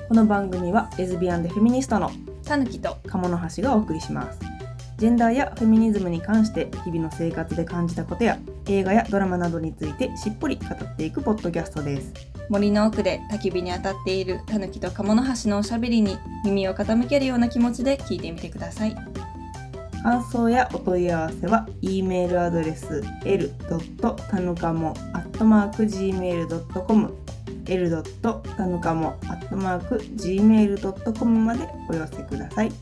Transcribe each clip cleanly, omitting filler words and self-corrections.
この番組はレズビアンでフェミニストのたぬきと鴨の橋がお送りします。ジェンダーやフェミニズムに関して日々の生活で感じたことや映画やドラマなどについてしっぽり語っていくポッドキャストです。 森の奥で焚き火に当たっているたぬきと鴨の橋のおしゃべりに耳を傾けるような気持ちで聞いてみてください。 感想やお問い合わせは E メールアドレス l.tanukamo@gmail.com l.tanukamo@gmail.com までお寄せください。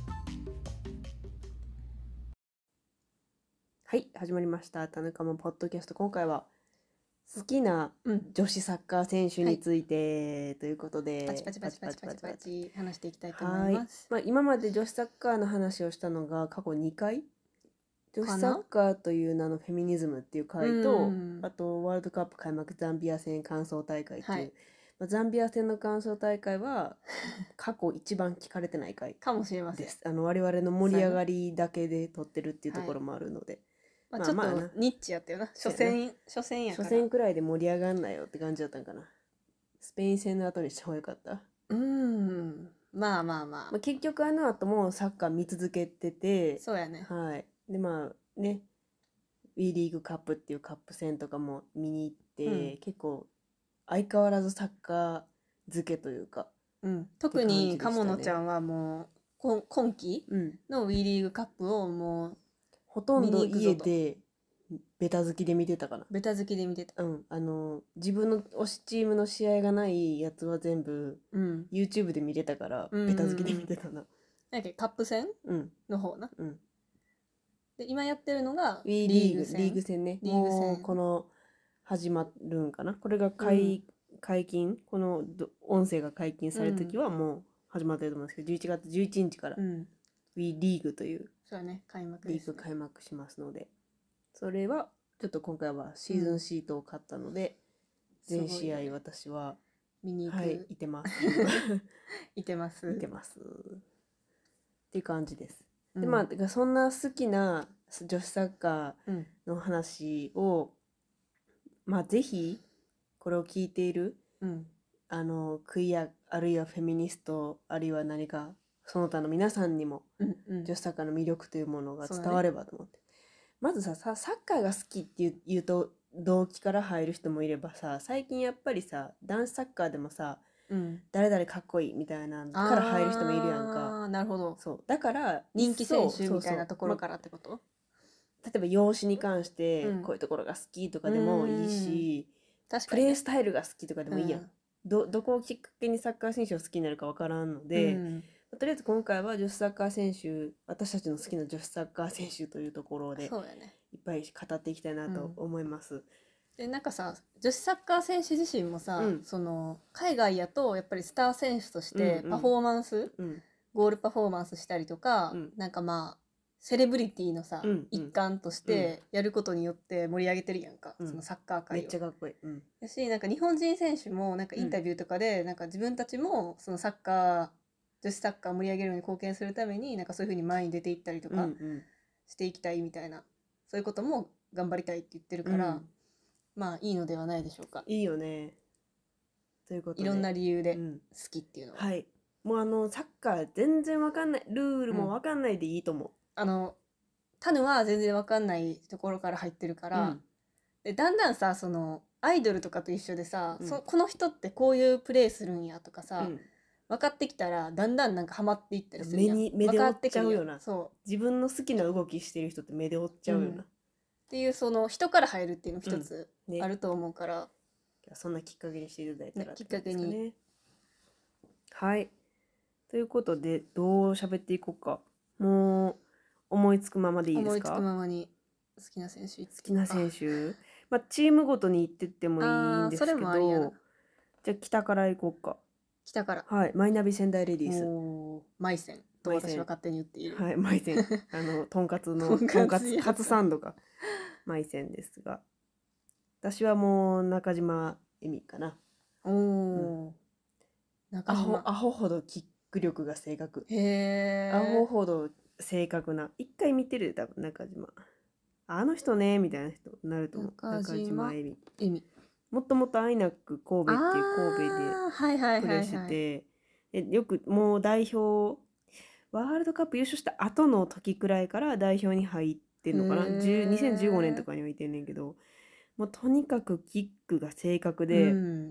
はい、始まりましたたぬかもポッドキャスト。今回は好きな女子サッカー選手について、ということでパチパチ話していきたいと思います。 今まで女子サッカーの話をしたのが過去2回、女子サッカーという名のフェミニズムっていう回と、あとワールドカップ開幕ザンビア戦感想大会っていう、ザンビア戦の感想大会は過去一番聞かれてない回かもしれません。 我々の盛り上がりだけで撮ってるっていうところもあるので、 ちょっとニッチやったよな。初戦やから。 初戦くらいで盛り上がんなよって感じだったんかな。スペイン戦の後にした方がよかった。 まあ、 結局あの後もサッカー見続けてて、 そうやね。 はい。でWEリーグカップっていうカップ戦とかも見に行って、結構相変わらずサッカー漬けというか、 特に鴨野ちゃんはもう今季の WE リーグカップをもうほとんど家でベタ好きで見てたかな。 ベタ好きで見てた。 自分の推しチームの試合がないやつは全部、YouTube で見れたから、ベタ好きで見てたな。 なんかカップ戦、の方な。で今やってるのがリーグ戦ね。もうこの始まるんかな。これが解禁、この音声が解禁されるときはもう始まってると思うんですけど、11月11日から WE リーグというそうね、開幕リーグ開幕しますので、それはちょっと今回はシーズンシートを買ったので、全試合私は見に行く、 行ってます行ってますっていう感じです。でそんな好きな女子サッカーの話を、ぜひこれを聞いている、クイアあるいはフェミニストあるいは何かその他の皆さんにも、女子サッカーの魅力というものが伝わればと思って、まずサッカーが好きっていうと動機から入る人もいれば最近やっぱり男子サッカーでも誰々かっこいいみたいなから入る人もいるやんか。 なるほど。 そうだから人気選手みたいなところからってこと？ 例えば容姿に関してこういうところが好きとかでもいいし、プレースタイルが好きとかでもいいやん。どこをきっかけにサッカー選手を好きになるか分からんので、とりあえず今回は女子サッカー選手、私たちの好きな女子サッカー選手というところでいっぱい語っていきたいなと思います。 で女子サッカー選手自身もその海外やとやっぱりスター選手としてパフォーマンス、ゴールパフォーマンスしたりとか、なんかセレブリティの一環としてやることによって盛り上げてるやんか、そのサッカー界を。 めっちゃかっこいい。 だしなんか日本人選手もなんかインタビューとかでなんか自分たちもその女子サッカーを盛り上げるのに貢献するためになんかそういう風に前に出ていったりとかしていきたいみたいな、そういうことも頑張りたいって言ってるから、いいのではないでしょうか。 いいよね。ということでいろんな理由で好きっていうのは、 もうサッカー全然わかんない、ルールもわかんないでいいと思う。 タヌは全然わかんないところから入ってるから、でだんだんそのアイドルとかと一緒でこの人ってこういうプレーするんやとか分かってきたらだんだんなんかハマっていったりするやん。 目で追っちゃうよな。 そう自分の好きな動きしてる人って目で追っちゃうよな、 っていうその人から入るっていうの一つあると思うから、 そんなきっかけにしていただいたら、 きっかけに。 はいということでどう喋っていこうか。もう思いつくままでいいですか？ 思いつくままに好きな選手チームごとに言ってってもいいんですけど、じゃあ北から行こうか。 北からマイナビ仙台レディース。 マイセンと私は勝手に言っている。 マイセンとんかつカツサンドがマイセンですが、私はもう中島恵美かな。アホほどキック力が正確。アホほど正確な。一回見てる多分中島。あの人ねみたいな人になると思う。中島恵美。もともとアイナック神戸っていう神戸でプレーしてて、 よくもう代表ワールドカップ優勝した後の時くらいから代表に入ってんのかな。2015年とかにはいてんねんけど、もうとにかくキックが正確で、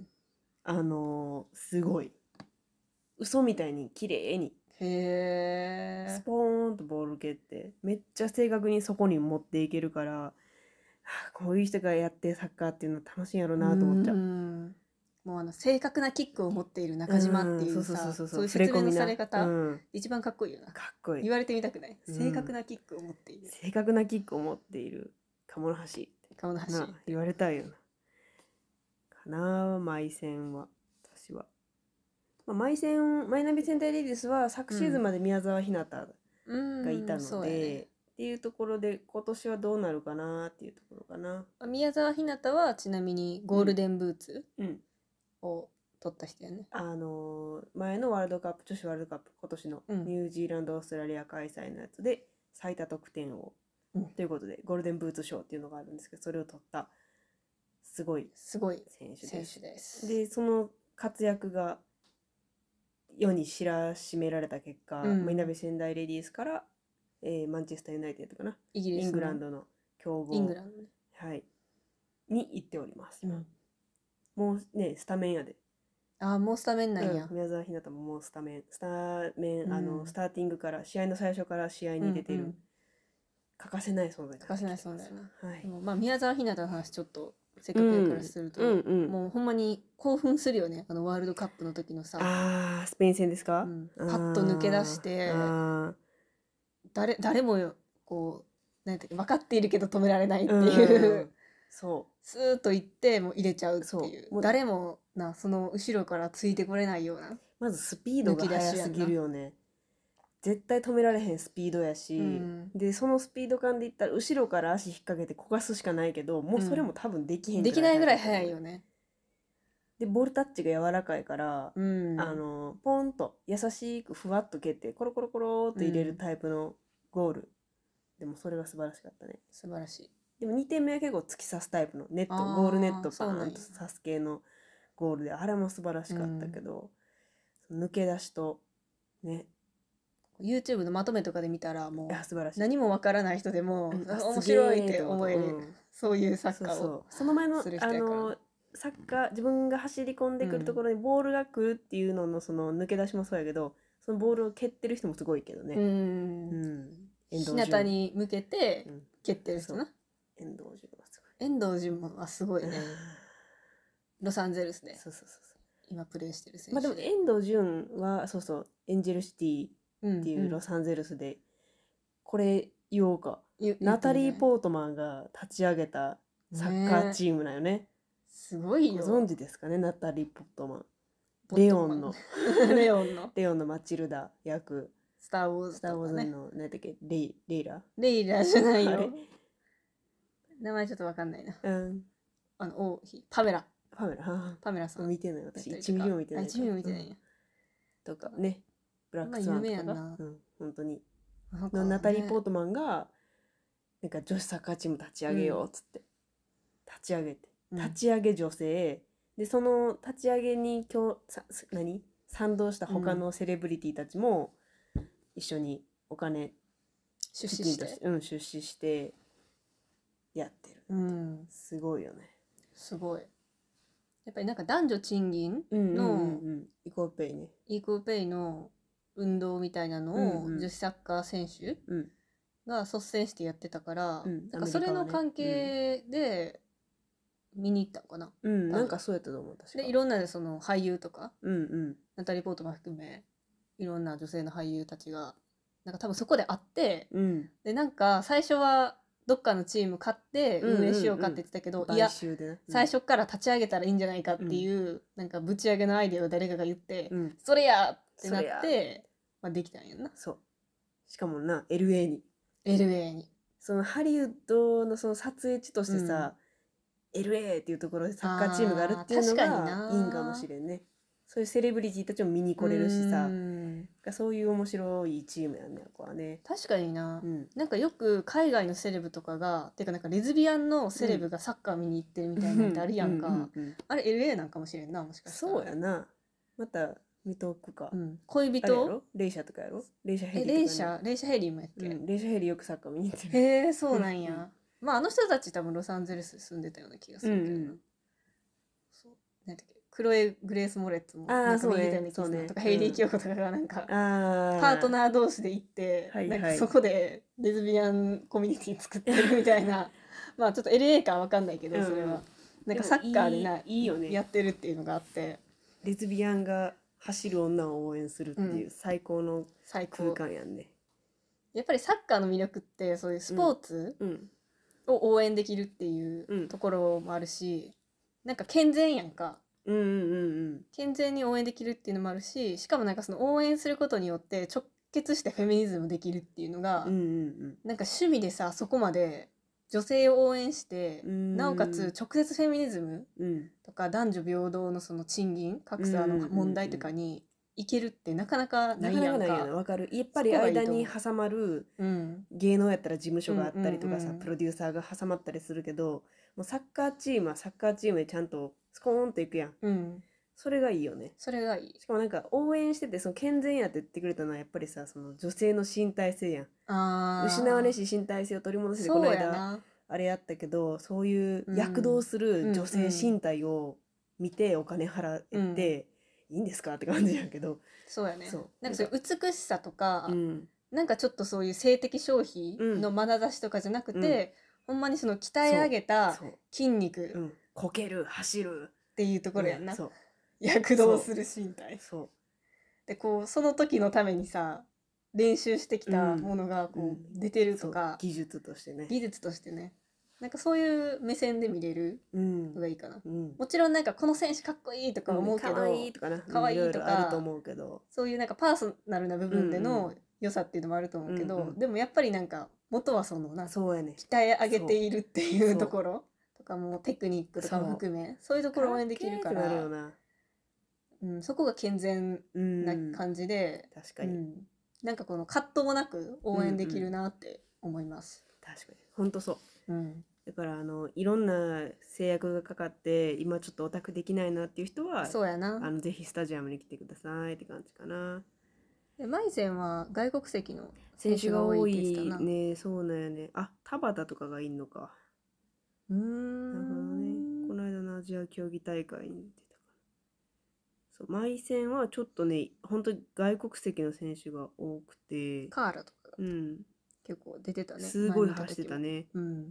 すごい嘘みたいに綺麗にスポーンとボール蹴ってめっちゃ正確にそこに持っていけるから、こういう人がやってサッカーっていうの楽しいんやろうなと思っちゃう。 もう正確なキックを持っている中島っていうさ、そういう説明のされ方、一番かっこいいよな。 かっこいい。 言われてみたくない？正確なキックを持っている。 正確なキックを持っている鴨の橋。 鴨の橋。 言われたいよな。かな、マイセンは私は。マイナビ仙台レディスは昨シーズンまで宮澤ひなたがいたので、っていうところで今年はどうなるかなっていうところかな。 宮澤ひなたはちなみにゴールデンブーツを取った人やね。 前のワールドカップ、女子ワールドカップ、今年のニュージーランド、オーストラリア開催のやつで最多得点を、ということでゴールデンブーツ賞っていうのがあるんですけど、それを取ったすごい選手です。でその活躍が世に知らしめられた結果、マイナビ仙台レディースから、マンチェスターユナイテッドかな、イングランドの強豪、はい、に行っております。もうねスタメンやで。 もうスタメンなんや。 宮澤ひなたももうスタメン、スターティングから試合の最初から試合に出てる、欠かせない存在だ。 欠かせない存在な。宮澤ひなたの話ちょっとせっかくやからすると、もうほんまに興奮するよね。ワールドカップの時のさ、 スペイン戦ですか？ パッと抜け出して誰もこうなんて分かっているけど止められないっていう、そうスーッと行ってもう入れちゃうっていう、誰もその後ろからついてこれないような。 まずスピードが速すぎるよね。絶対止められへんスピードやし、でそのスピード感でいったら後ろから足引っ掛けて焦がすしかないけど、もうそれも多分できへんできないぐらい速いよね。 でボールタッチが柔らかいから、ポンと優しくふわっと蹴ってコロコロコロって入れるタイプのゴール、でもそれが素晴らしかったね。 素晴らしい。 でも2点目は結構突き刺すタイプのネット、ゴールネットバーンと刺す系のゴールで、あれも素晴らしかったけど、抜け出しとね、 YouTube のまとめとかで見たらもう素晴らしい、 何もわからない人でも面白いって思える、そういうサッカーをその前のサッカー、自分が走り込んでくるところにボールが来るっていうののその抜け出しもそうやけど、そのボールを蹴ってる人もすごいけどね。 日向に向けて蹴ってる人な。 遠藤純はすごい。遠藤純はすごいね。ロサンゼルスで今プレーしてる選手で。 でも遠藤純はエンジェルシティっていうロサンゼルスで、これ言おうか、ナタリー・ポートマンが立ち上げたサッカーチームだよね。 すごいよ。 ご存知ですかね、ナタリー・ポートマン。レオンのマチルダ役。 スター・ウォーズの何だっけ、レイラじゃないよ。名前ちょっとわかんないな。パメラさん。 見てない私。1ミリも見てない。 1ミリも見てないや。 とかね、ブラックスワンとかが、本当にナタリー・ポートマンがなんか女子サッカーチーム立ち上げようっつって立ち上げて、立ち上げ女性で、その立ち上げに賛同した他のセレブリティたちも一緒にお金出資してやってる。すごいよね。 すごい。やっぱりなんか男女賃金のイコーペイね。 イコーペイの運動みたいなのを女子サッカー選手が率先してやってたから、なんかそれの関係で見に行ったのかな。 なんかそうやったと思う。確かでいろんなその俳優とか、ナタリー・ポートマン含めいろんな女性の俳優たちがなんか多分そこで会って、でなんか最初はどっかのチーム買って運営しようかって言ってたけど、いや最初から立ち上げたらいいんじゃないかっていう、なんかぶち上げのアイデアを誰かが言って、それやってなって、できたんやんな。 そう。しかもな LA にそのハリウッドのその撮影地としてさ、LA っていうところでサッカーチームがあるっていうのがいいんかもしれんね。そういうセレブリティたちも見に来れるしさ、そういう面白いチームやね、ここはね。 確かにな、なんかよく海外のセレブとかがてかなんかレズビアンのセレブがサッカー見に行ってるみたいなのってあるやんか、あれ LA なんかもしれんな、もしかしたら。 そうやな。また見とくか、 恋人レイシャとかやろ。レイシャヘリーとか、ね、レイシャヘリーもやっけ、 レイシャヘリーよくサッカー見に行ってる。 へえ、そうなんや。まああの人たち多分ロサンゼルス住んでたような気がするけどな。そうなんだっけ、クロエ・グレース・モレッツもなんか右手にキスなとか、ヘイリー・キヨコとかがなんかパートナー同士で行って、なんかそこでレズビアンコミュニティ作ってるみたいなまあちょっと LA かわかんないけど、それはなんかサッカーでいいよね、やってるっていうのがあって、 レズビアンが走る女を応援するっていう最高の空間やんね。 やっぱりサッカーの魅力ってそういうスポーツを応援できるっていうところもあるし、なんか健全やんか。健全に応援できるっていうのもあるし、しかもなんかその応援することによって直結してフェミニズムできるっていうのが、なんか趣味でさ、そこまで女性を応援して、なおかつ直接フェミニズムとか男女平等のその賃金格差の問題とかにいけるってなかなかないやんか。 わかる。やっぱり間に挟まる芸能やったら事務所があったりとかさ、プロデューサーが挟まったりするけど、もうサッカーチームはサッカーチームでちゃんとスコーンといくやん。それがいいよね。 それがいい。 しかもなんか応援しててその健全やって言ってくれたのはやっぱりさ、その女性の身体性やん。失われし身体性を取り戻して、この間あれやったけど、そういう躍動する女性身体を見てお金払っていいんですかって感じやけど。 そうやね。なんかそういう美しさとか、なんかちょっとそういう性的消費の眼差しとかじゃなくて、ほんまにその鍛え上げた筋肉、 こける、走るっていうところやんな。躍動する身体。でこうその時のためにさ、練習してきたものがこう出てるとか、 技術としてね。 技術としてね。なんかそういう目線で見れるのがいいかな。もちろんなんかこの選手かっこいいとか思うけど、 可愛いとかな、 可愛いとかあると思うけど、 そういうなんかパーソナルな部分での良さっていうのもあると思うけど、でもやっぱりなんか元はそのな、 そうやね、 鍛え上げているっていうところとかもテクニックとかも含め、そういうところを応援できるから、そこが健全な感じで、 確かに、 なんかこの葛藤もなく応援できるなって思います。 確かにほんとそう、だからいろんな制約がかかって今ちょっとオタクできないなっていう人は、 そうやな、 ぜひスタジアムに来てくださいって感じかな。 でマイゼンは外国籍の選手が多いって言ってたな。 ね。そうなんやね。あ、田畑とかがいんのか。なるほどね。この間のアジア競技大会に出たから。そう、マイセンはちょっとね、本当に外国籍の選手が多くて。 カーラとかが結構出てたね。 すごい走ってたね。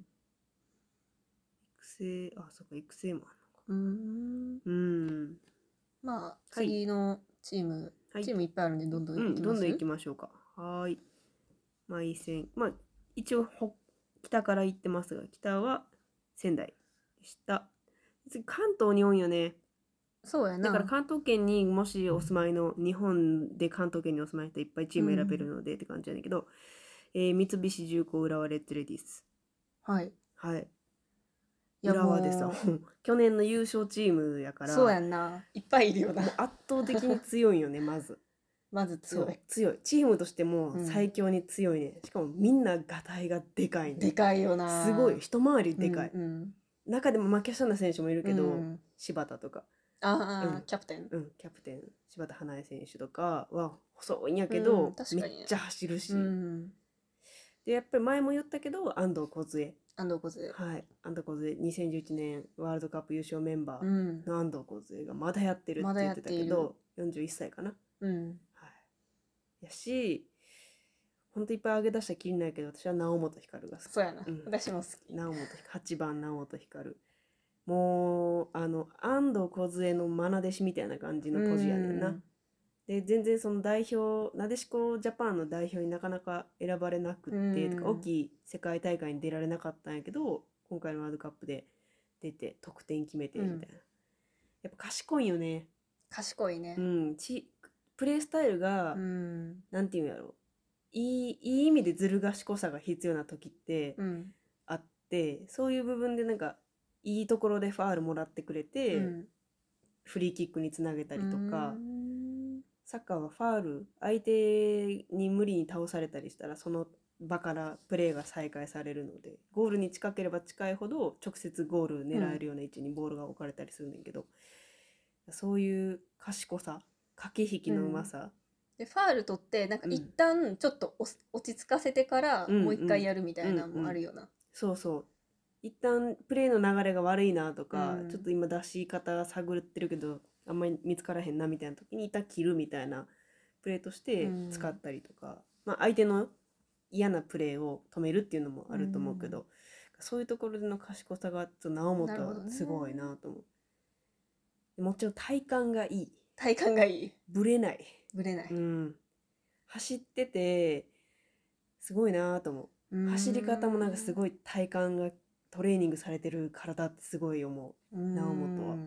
育成、あ、そっか、育成もあるのか。まあ、次のチーム、チームいっぱいあるんで、どんどん行きます。 どんどん行きましょうか。はい。マイセン。まあ、一応、北から行ってますが、北は仙台でした。次、関東に多いよね。 そうやな。 だから関東圏にもしお住まいの、日本で関東圏にお住まいの人いっぱいチーム選べるのでって感じやねんけど、三菱重工浦和レッドレディス。 はい。 はい。浦和でさ、去年の優勝チームやから。 そうやんな。いっぱいいるよな。 圧倒的に強いよね、まず。 まず強い。 強い。チームとしても最強に強いね。しかもみんながたいがでかいね。 でかいよな。 すごい。一回りでかい。中でも負けそうな選手もいるけど、柴田とか。 キャプテン。 キャプテン。柴田花江選手とかは細いんやけど、めっちゃ走るし。で、やっぱり前も言ったけど、安藤梢。 安藤梢。 はい。安藤梢、2011年ワールドカップ優勝メンバーの安藤梢がまだやってるって言ってたけど、41歳かな。はい。やし、ほんといっぱい上げ出したらきりないけど、私は直本光が好き。 そうやな。私も好き。 直本8番直本光。もう、安藤梢の愛弟子みたいな感じのポジやねんな。で、全然その代表、なでしこジャパンの代表になかなか選ばれなくってとか、大きい世界大会に出られなかったんやけど、今回のワールドカップで出て得点決めてみたいな。やっぱ賢いよね。 賢いね。 プレースタイルが、なんていうんやろ、いい意味でずる賢さが必要な時ってあって、そういう部分でなんかいいところでファールもらってくれて、フリーキックにつなげたりとか、サッカーはファール、相手に無理に倒されたりしたらその場からプレーが再開されるので、ゴールに近ければ近いほど直接ゴール狙えるような位置にボールが置かれたりするんだけど、そういう賢さ、 駆け引きのうまさ、 でファール取ってなんか一旦ちょっと落ち着かせてからもう一回やるみたいなのもあるよな、 そうそう、一旦プレーの流れが悪いなとか、ちょっと今出し方探ってるけどあんまり見つからへんなみたいな時に一旦切るみたいなプレーとして使ったりとか、まあ、相手の嫌なプレーを止めるっていうのもあると思うけど、そういうところでの賢さが直本はすごいなと思う、もちろん体幹がいい、 体幹がいい、 ぶれない、走っててすごいなと思う。走り方もなんかすごい体幹がトレーニングされてる体ってすごい思う。直本は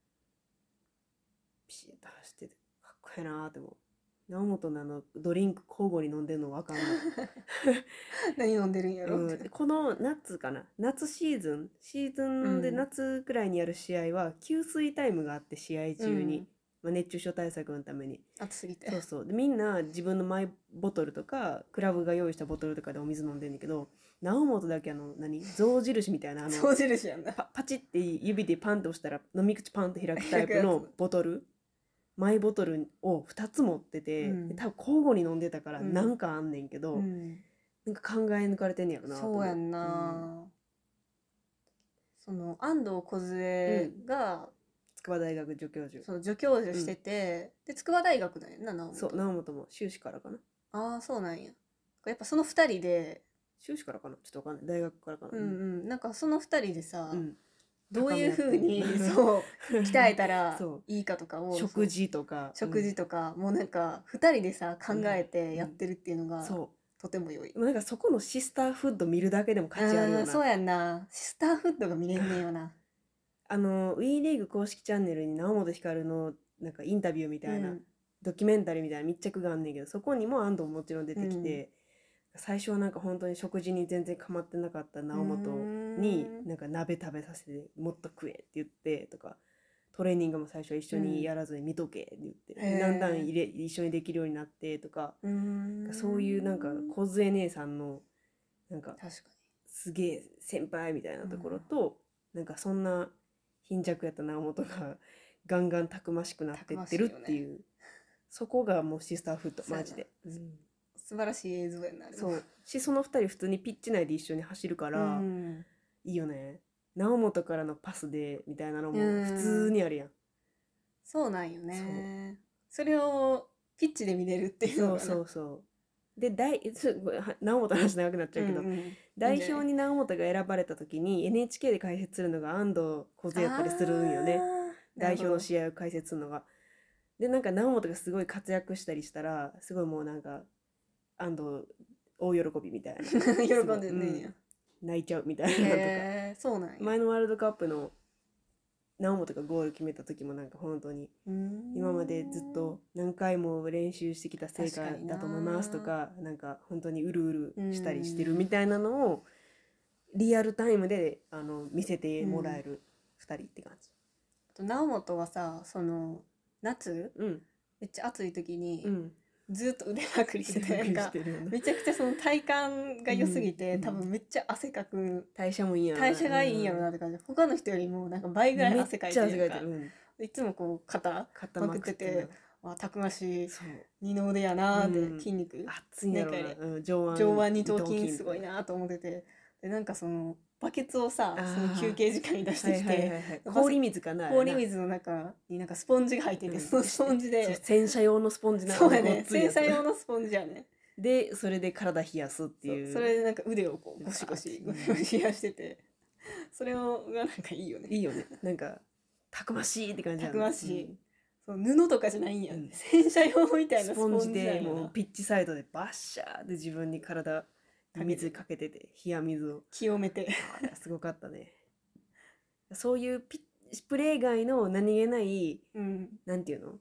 ピシッと走っててかっこいいなって思う。直本のドリンク交互に飲んでるの分かんない何飲んでるんやろ、 この夏かな、夏シーズンで夏くらいにやる試合は給水タイムがあって、試合中に、熱中症対策のために暑すぎて、 そうそう、でみんな自分のマイボトルとかクラブが用意したボトルとかでお水飲んでんだけど、直本だけ象印みたいな象印やんな、 パチって指でパンと押したら飲み口パンと開くタイプのボトルマイボトルを2つ持ってて、多分交互に飲んでたからなんかあんねんけど、なんか考え抜かれてんねやろなと思う。 そうやんな、その安藤梢が、 筑波大学助教授、 そう助教授してて、で筑波大学だよな直本。 そう、直本も修士からかな。 ああそうなんや。やっぱその2人で、 修士からかな、ちょっとわかんない、大学からかな。 なんかその2人でさ、どういうふうにそう鍛えたらいいかとかを食事とか、 もうなんか2人でさ考えてやってるっていうのが、とても良い。 なんかそこのシスターフッド見るだけでも価値あるよな。 そうやんな、シスターフッドが見れんねんよなウィーリーグ公式チャンネルに直本光のなんかインタビューみたいな、ドキュメンタリーみたいな密着があんねんけど、そこにも安藤もちろん出てきて、最初はなんか本当に食事に全然構ってなかった直本になんか鍋食べさせてもっと食えって言ってとか、トレーニングも最初は一緒にやらずに見とけって言って、だんだん一緒にできるようになってとか、そういうなんか梢姉さんのなんかすげえ先輩みたいなところと、なんかそんな貧弱やった直本がガンガンたくましくなってってるっていう、そこがもうシスターフッドマジで、 素晴らしい映像やな。 そうし、その2人普通にピッチ内で一緒に走るから、いいよね。直本からのパスでみたいなのも普通にあるやん。 そうなんよね。それをピッチで見れるっていうのがそうで直本の話長くなっちゃうけど、代表に直本が選ばれた時に NHK で解説するのが安藤梢やったりするんよね。代表の試合を解説するのが。でなんか直本がすごい活躍したりしたらすごいもうなんか安藤大喜びみたいな喜んでんねんや、 泣いちゃうみたいなとか、 そうなんや。 前のワールドカップの直本がゴール決めた時もなんか本当に今までずっと何回も練習してきた成果だと思いますとか、なんか本当にうるうるしたりしてるみたいなのをリアルタイムで見せてもらえる2人って感じ。 直本はさ、その夏、めっちゃ暑い時に、ずっと腕まくりしてて、なんかめちゃくちゃその体幹が良すぎて、多分めっちゃ汗かく、 代謝もいいやろな、 代謝がいいんやろなって感じ。他の人よりもなんか倍ぐらい汗かいてるやんか。いつもこう肩まくってて、たくましい二の腕やなーって、筋肉熱いんやろな、 上腕二頭筋すごいなと思ってて、でなんかそのバケツをさ、その休憩時間に出してきて、 氷水かな、 氷水の中になんかスポンジが入ってて、そのスポンジで洗車用のスポンジなんか、そうやね、洗車用のスポンジやね。 でそれで体冷やすっていう、 それでなんか腕をこうゴシゴシ冷やしてて、それがなんかいいよね。 いいよね、なんかたくましいって感じ。 たくましい、そう布とかじゃないんや、洗車用みたいなスポンジでもうピッチサイドでバッシャーで自分に体水かけてて、冷や水を清めてすごかったね。そういうプレー外の何気ない、なんていうの、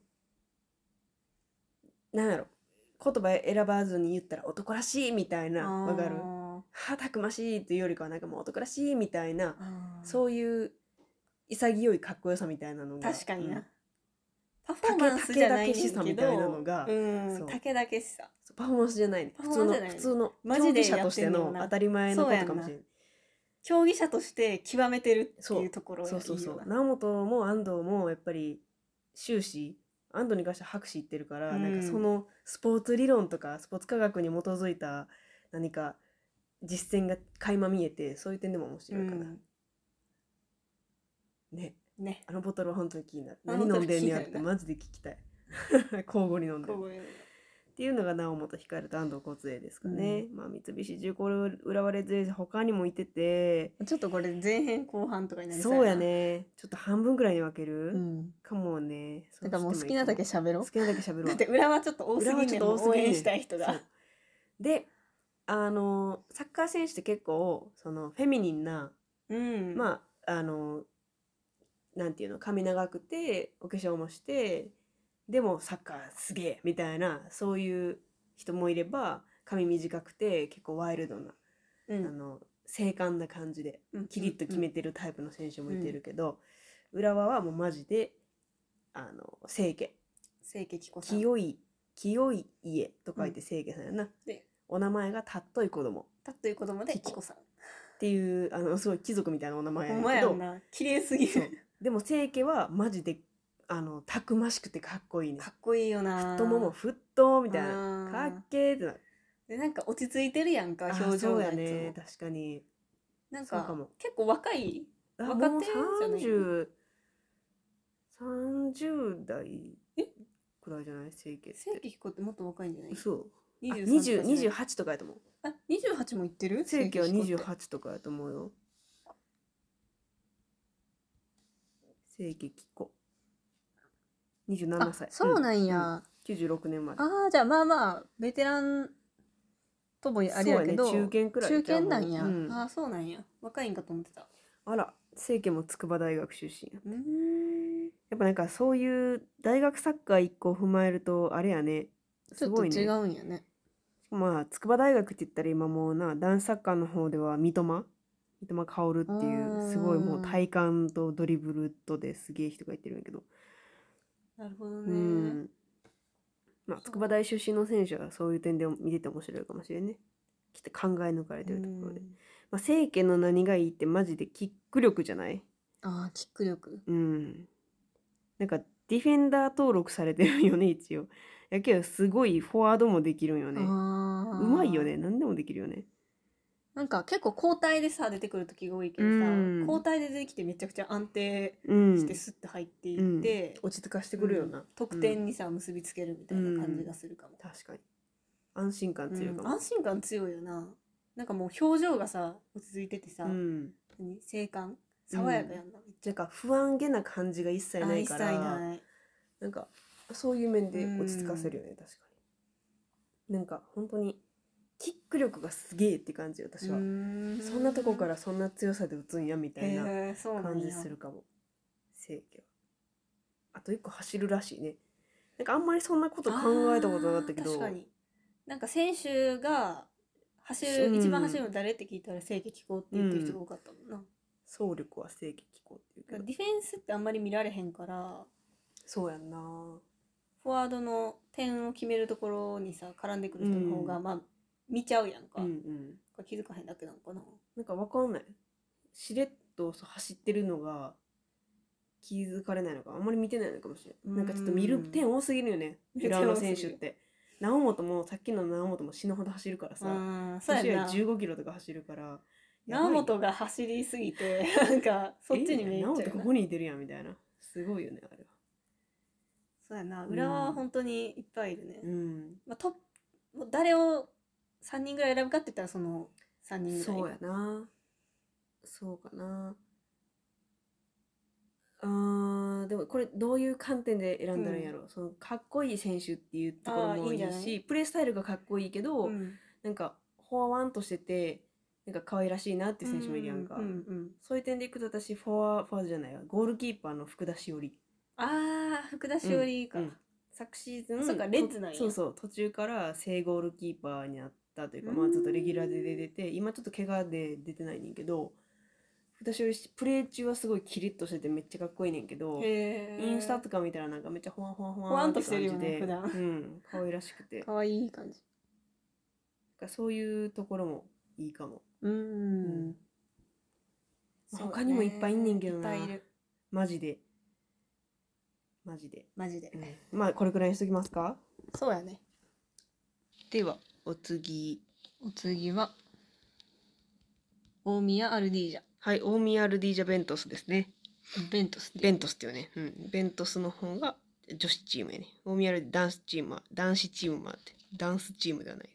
なんやろ、言葉選ばずに言ったら男らしいみたいな、わかる、たくましいっていうよりかはなんかもう男らしいみたいな、そういう潔いかっこよさみたいなのが、 確かにな、パフォーマンスじゃないけど、 みたいなのが、 竹だけしさ、 パフォーマンスじゃないね、普通の競技者としての当たり前のことかもしれない。 競技者として極めてるっていうところがいいよな。 直本も安藤もやっぱり終始アンドに関しては博士言ってるから、なんかそのスポーツ理論とかスポーツ科学に基づいた何か実践が垣間見えて、そういう点でも面白いかな。ね。あのボトルは本当に気になる。何飲んでんねやってマジで聞きたい。交互に飲んでる。っていうのが直本光と安藤梢英ですかね。まあ三菱重工浦和レッズエース他にもいてて、 ちょっとこれ前編後半とかになりそうやね。ちょっと半分ぐらいに分ける、かもね。 だからもう好きなだけ喋ろう。 好きなだけ喋ろう。 だって浦和ちょっと多すぎねんもん、応援したい人が。 で、サッカー選手って結構そのフェミニンな、まあなんていうの、髪長くてお化粧もしてでもサッカーすげえみたいな、そういう人もいれば、髪短くて結構ワイルドな、精悍な感じでキリッと決めてるタイプの選手もいてるけど、浦和はもうマジで清家紀子さん、 清い家と書いて清家さんやな。でお名前がたっとい子供で紀子さんっていうすごい貴族みたいなお名前やけど、綺麗すぎる。 でも清家はマジでたくましくてかっこいいね。 かっこいいよな。 太ももふっとみたいな、かっけーってなる。 でなんか落ち着いてるやんか、表情が。 そうやね、確かに。 なんか結構若手じゃない ？30代くらいじゃない？清家って。 清家紀子ってもっと若いんじゃない？ そう。28とかやと思う。 あ、28もいってる？ 清家は28とかやと思うよ。清家紀子。27歳。 そうなんや。 96年まで。 じゃあまあまあベテランともあれやけど、 中堅くらい。 中堅なんや。そうなんや。若いんかと思ってた。 あら、清家も筑波大学出身や。やっぱなんかそういう大学サッカー一個踏まえるとあれやね。 すごいね。ちょっと違うんやね。 まあ筑波大学って言ったら今もうな、男子サッカーの方では三笘薫っていうすごいもう体幹とドリブルとですげえ人がいてるんやけど。 なるほどね。 まあ筑波大出身の選手はそういう点で見てて面白いかもしれんね。きっと考え抜かれてるところで。まあ清家の何がいいってマジでキック力じゃない？ キック力。 なんかディフェンダー登録されてるよね一応。やけどすごいフォワードもできるんよね。うまいよね。何でもできるよね。 なんか結構交代でさ出てくる時が多いけどさ、交代で出てきてめちゃくちゃ安定してスッて入っていって、 落ち着かしてくるよな。 得点にさ結びつけるみたいな感じがするかも。 確かに。安心感強いかも。 安心感強いよな。なんかもう表情がさ落ち着いててさ、精悍爽やかやんな。 なんか不安げな感じが一切ないから、なんかそういう面で落ち着かせるよね。確かに。なんか本当にキック力がすげえって感じ、私は。そんなとこからそんな強さで打つんやみたいな感じするかも。清家は。あと一個走るらしいね。なんかあんまりそんなこと考えたことなかったけど。 確かに。なんか選手が一番走るの誰って聞いたら清家紀子って言ってる人が多かったもんな。 走力は清家紀子っていうけど。 ディフェンスってあんまり見られへんから。 そうやんな。 フォワードの点を決めるところにさ絡んでくる人の方がまあ見ちゃうやんか。気づかへんだけなのかな。 なんかわかんない。しれっと走ってるのが気づかれないのか、あんまり見てないのかもしれない。なんかちょっと見る点多すぎるよね。浦和の選手って。直本もさっきの直本も死ぬほど走るからさ。そうやな。15キロとか走るから。 直本が走りすぎてなんかそっちに見えちゃう。 直本ここにいてるやんみたいな。すごいよねあれは。 そうやな。浦和は本当にいっぱいいるね。まあ誰を3人ぐらい選ぶかって言ったらその3人ぐらい。 そうやな。そうかな。でもこれどういう観点で選んだらいいんやろ。そのかっこいい選手っていうところもいいし、プレースタイルがかっこいいけど、なんかフォアワンとしててなんか可愛らしいなっていう選手もいるやんか。そういう点でいくと私フォワードじゃないわ、ゴールキーパーの福田しおり。 福田しおりか。 昨シーズンそうかレッズなんや。 そう途中から正ゴールキーパーになったというか、まあずっとレギュラーで出てて、今ちょっと怪我で出てないねんけど、私はプレー中はすごいキリッとしててめっちゃかっこいいねんけど、インスタとか見たらなんかめっちゃほわほわほわって感じで、普段可愛らしくて、 可愛い感じ。 そういうところもいいかも。他にもいっぱいいんねんけどな。マジでマジで。 まあこれくらいにしときますか。 そうやね。 ではお次は大宮アルディージャ。 はい、大宮アルディージャベントスですね。 ベントスっていうね。ベントスの方が女子チームやね。大宮アルディ男子チームもあってダンスチームではない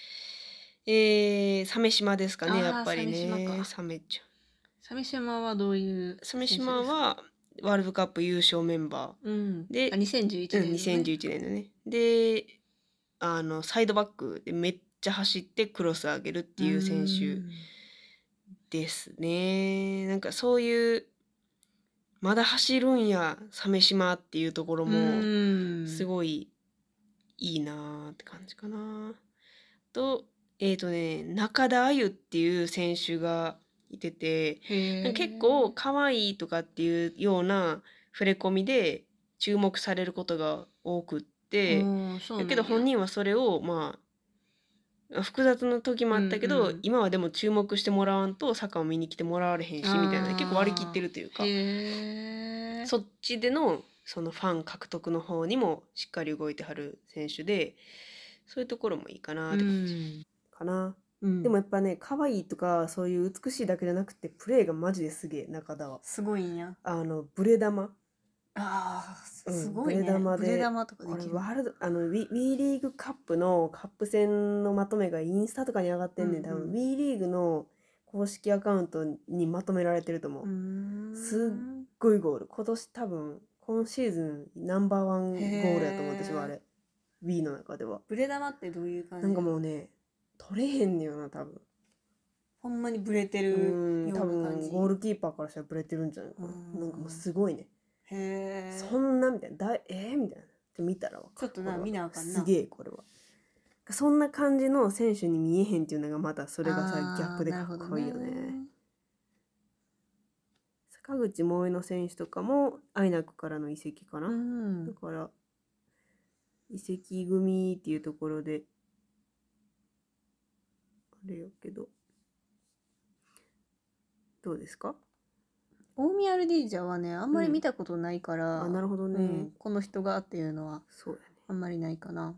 です。鮫島ですかね、やっぱりね。鮫島はどういう鮫島はワールドカップ優勝メンバー、で2011年、 2011年のね。でサイドバックでめっちゃ走ってクロス上げるっていう選手ですね。なんかそういうまだ走るんや鮫島っていうところもすごいいいなーって感じかな。と中田あゆっていう選手がいてて、結構可愛いとかっていうような触れ込みで注目されることが多くって、だけど本人はそれをまあ複雑な時もあったけど、今はでも注目してもらわんとサッカーを見に来てもらわれへんしみたいな、結構割り切ってるというか、そっちでのそのファン獲得の方にもしっかり動いてはる選手で、そういうところもいいかなって感じかな。でもやっぱね、可愛いとかそういう美しいだけじゃなくてプレーがマジですげえ。中田はすごいんや。 ブレ玉、 すごいね。ブレ玉とかできる。 これワールドWEリーグカップのカップ戦のまとめがインスタとかに上がってんねん。多分 WEリーグの公式アカウントにまとめられてると思う。すっごいゴール。今年多分今シーズンナンバーワンゴールやと思う。私はあれ WE の中では。 ブレ玉ってどういう感じ？ なんかもうね、取れへんねよな、多分。 ほんまにブレてるような感じ。 多分ゴールキーパーからしたらブレてるんじゃないかな。なんかもうすごいね。そんなみたいな。みたいな。って見たらわかる。 ちょっと見なあかんな。 すげえ、これは。そんな感じの選手に見えへんっていうのがまたそれがさ、ギャップでかっこいいよね。坂口萌乃選手とかもアイナックからの移籍かな。だから移籍組っていうところであれよけど、どうですか？ 大宮アルディージャはね、あんまり見たことないから、 なるほどね、 この人がっていうのはそうやね、 あんまりないかな。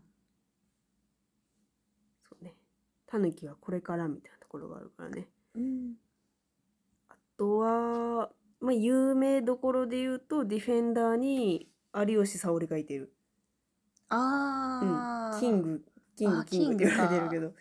そうね。タヌキはこれからみたいなところがあるからね。あとは、まあ、有名どころで言うとディフェンダーに有吉沙織がいてる。キングって言われてるけど、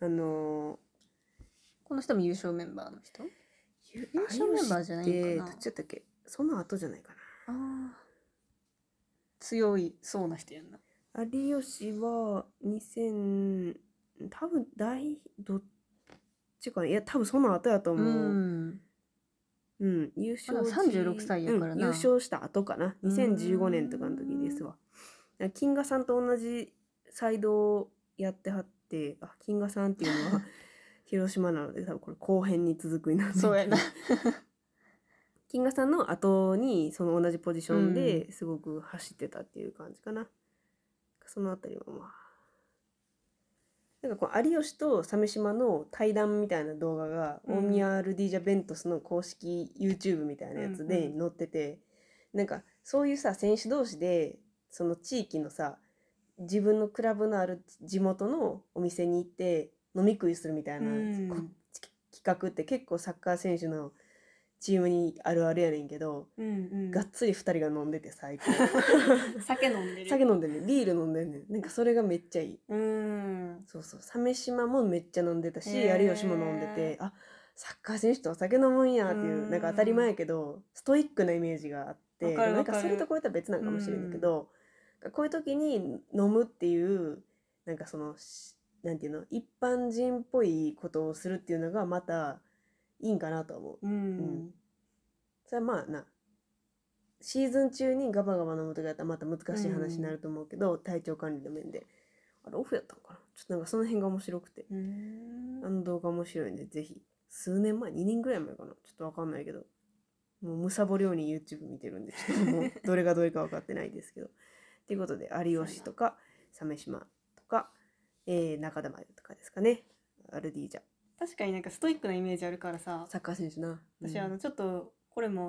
この人も優勝メンバーの人？優勝メンバーじゃないかな。 どっちだったっけ？その後じゃないかな。 強いそうな人やんな。 有吉は多分どっちかな。いや多分その後やと思う。優勝 36歳やからな。 優勝した後かな。2015年とかの時ですわ。金賀さんと同じサイドをやってはって、金賀さんっていうのは広島なので多分これ後編に続くになるんだけど、そうやな金賀さんの後にその同じポジションですごく走ってたっていう感じかな。そのあたりはまあなんかこう有吉と鮫島の対談みたいな動画が、大宮アルディージャベントスの公式 YouTube みたいなやつで載ってて、なんかそういうさ選手同士でその地域のさ自分のクラブのある地元のお店に行って飲み食いするみたいな企画って結構サッカー選手のチームにあるあるやねんけど、がっつり2人が飲んでて最高酒飲んでるね、ビール飲んでんねん。なんかそれがめっちゃいい。そう鮫島もめっちゃ飲んでたし、有吉も飲んでて、サッカー選手とお酒飲むんやっていう、なんか当たり前やけどストイックなイメージがあって、なんかそれとこれとは別なんかもしれないけど、こういう時に飲むっていうなんかそのなんていうの、一般人っぽいことをするっていうのがまたいいんかなと思う。それはまあな、シーズン中にガバガバ飲むとかやったらまた難しい話になると思うけど、体調管理の面であれオフやったのかな、ちょっとなんかその辺が面白くて、動画面白いんでぜひ。数年前、2年ぐらい前かな、ちょっと分かんないけど、もうむさぼるように YouTube 見てるんでちょっともうどれがどれか分かってないですけどということで有吉とか鮫島とか、中田真由とかですかね。アルディージャ、 確かになんかストイックなイメージあるからさ、 サッカー選手な。 私ちょっとこれも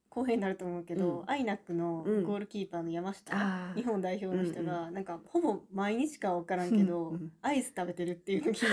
公平になると思うけど、アイナックのゴールキーパーの山下、日本代表の人が、なんかほぼ毎日か分からんけど、アイス食べてるっていうの聞いて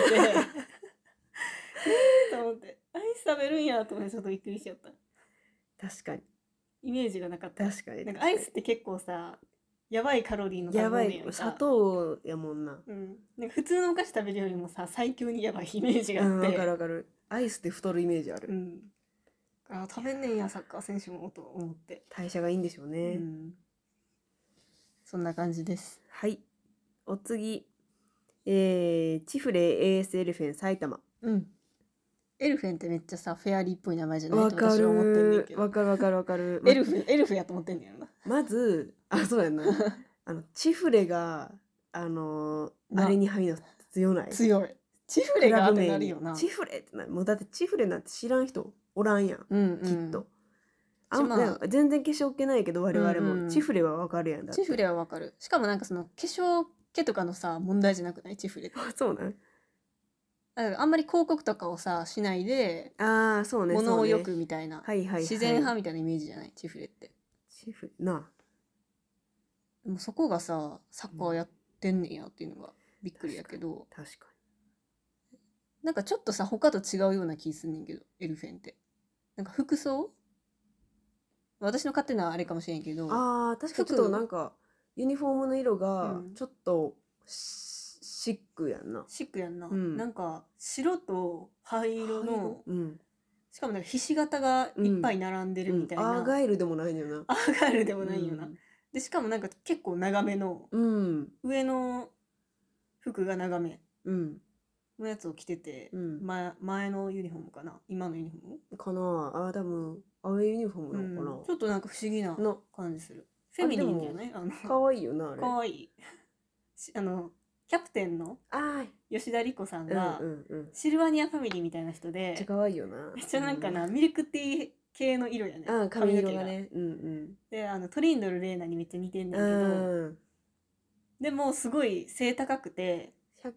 と思って、アイス食べるんやと思ってちょっとびっくりしちゃった。 確かに。 イメージがなかった。 確かに。 なんかアイスって結構さ、やばいカロリーの食べ物やんか。やばい、砂糖やもんな。 なんか普通のお菓子食べるよりもさ、最強にやばいイメージがあって。 わかるわかる。アイスって太るイメージある。 食べんねんや、サッカー選手もと思って。 代謝がいいんでしょうね。 そんな感じです。 はい。お次。チフレ AS エルフェン埼玉。 エルフェンってめっちゃさ、フェアリーっぽい名前じゃないと私は思ってんねんけど。わかるわかるわかる。 エルフやと思ってんねんな。 まず、そうやな。チフレが、あれに入るの強ない？ 強い。チフレがってなるよな。 チフレってなる。もうだってチフレなんて知らん人おらんやん。きっと。全然化粧気ないけど我々も、チフレはわかるやんだって。 チフレはわかる。しかもなんかその化粧気とかのさ、問題じゃなくない？チフレって。 そうなん？ あんまり広告とかをさしないで、 そうね、 物をよくみたいな、自然派みたいなイメージじゃない？チフレって。 チフレな。 でもそこがさ、サッカーやってんねんやっていうのがびっくりやけど。 確かに。なんかちょっとさ、他と違うような気すんねんけど、エルフェンって。なんか服装？私の勝手なあれかもしれんけど。 確かにちょっとなんかユニフォームの色がちょっとシックやんな。 シックやんな。なんか白と灰色の、しかもなんかひし形がいっぱい並んでるみたいな。 アーガイルでもないよな。 アーガイルでもないよな。でしかもなんか結構長めの、上の服が長めのやつを着てて、前のユニフォームかな、今のユニフォームかな。多分アウェイユニフォームなのかな。 ちょっとなんか不思議な感じする。フェミニンじゃない？ かわいいよなあれ。 かわいい。キャプテンの吉田莉子さんがシルバニアファミリーみたいな人で、 めっちゃかわいいよな。 めっちゃなんかな、ミルクティー系の色やね。 髪色がね。 でトリンドルレーナにめっちゃ似てんねんけど、でもすごい背高くて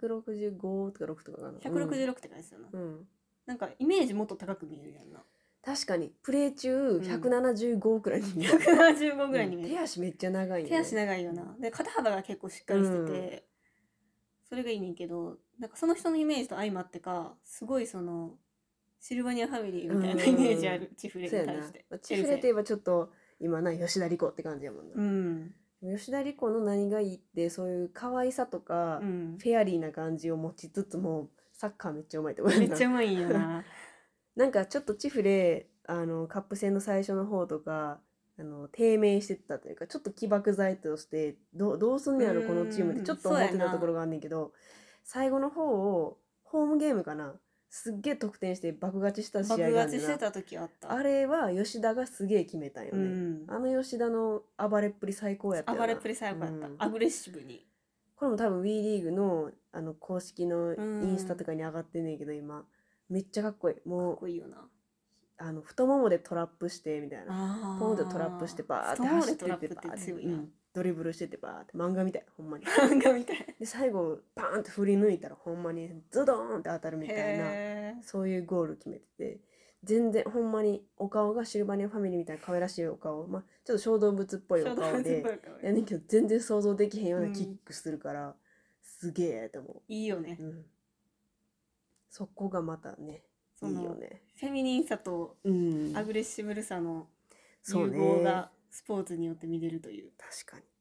165とか6とかかな。 166って感じだな。なんかイメージもっと高く見えるやんな。 確かにプレー中175くらいに見える。 175ぐらいに見える。 手足めっちゃ長いよね。 手足長いよな。で肩幅が結構しっかりしてて、それがいいねんけど、なんかその人のイメージと相まってか、すごいそのシルバニアファミリーみたいなイメージある、チフレに対して。 チフレといえばちょっと今な吉田莉子って感じやもんな。吉田莉子の何がいいってそういう可愛さとか、フェアリーな感じを持ちつつもサッカーめっちゃうまいって思う。 めっちゃうまいよな。 なんかちょっとチフレカップ戦の最初の方とか低迷してたというか、ちょっと起爆剤としてどうすんねやろこのチームってちょっと思ってたところがあんねんけど、最後の方をホームゲームかな、すっげえ得点して爆勝ちした試合があるんだな。 爆勝ちしてた時あった。 あれは吉田がすげえ決めたんよね。吉田の暴れっぷり最高やったよな。 暴れっぷり最高やった。アグレッシブに。 これも多分 WE リーグの公式のインスタとかに上がってんねんけど、今めっちゃかっこいい。もうかっこいいよな。太ももでトラップしてみたいな。太ももでトラップしてバーって走ってってバーってドリブルしててバーって漫画みたい、ほんまに。 漫画みたい。 で最後パーンって振り抜いたらほんまにズドーンって当たるみたいな、そういうゴール決めてて、全然ほんまにお顔がシルバニアファミリーみたいな可愛らしいお顔、ちょっと小動物っぽいお顔でやねんけど、全然想像できへんようなキックするから、すげえと思う。 いいよね。 そこがまたね、いいよね。 フェミニンさとアグレッシブルさの融合がスポーツによって見れるという。 確かに。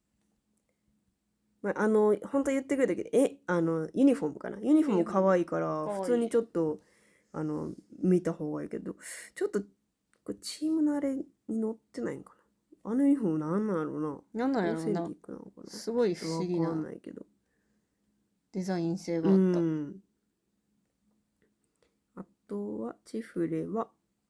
本当言ってくれたけど、ユニフォームかな。ユニフォーム可愛いから、普通にちょっと見た方がいいけど、ちょっとこれチームのあれに載ってないんかな。ユニフォームなんなんやろうな。 なんなんやろうな。すごい不思議な。 わかんないけど。 デザイン性があった。 あとはチフレの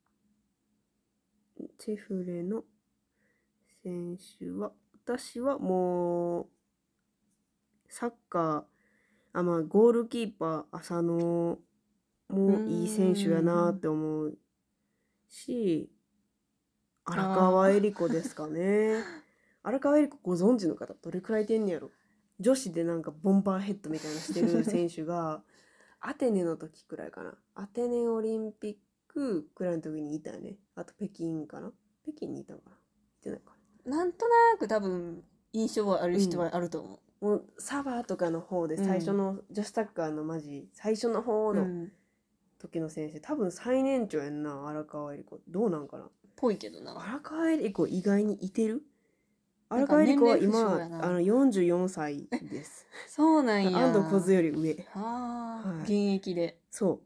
選手は、私はもうサッカーゴールキーパー浅野もいい選手やなって思うし、荒川恵理子ですかね。荒川恵理子ご存知の方どれくらいいてんねやろ。女子でなんかボンバーヘッドみたいなしてる選手がアテネの時くらいかな。アテネオリンピックくらいの時にいたよね。あと北京かな。 北京にいたのかな、行ってないかなんとなく多分印象はある人はあると思う。もうサバとかの方で最初の女子サッカーのマジ最初の方の時の選手、多分最年長やんな、荒川恵理子。どうなんかな。 ぽいけどな。 荒川恵理子意外にいてる。荒川恵理子は今44歳です。 そうなんや。 安藤梢より上。 はい、現役で。 そう。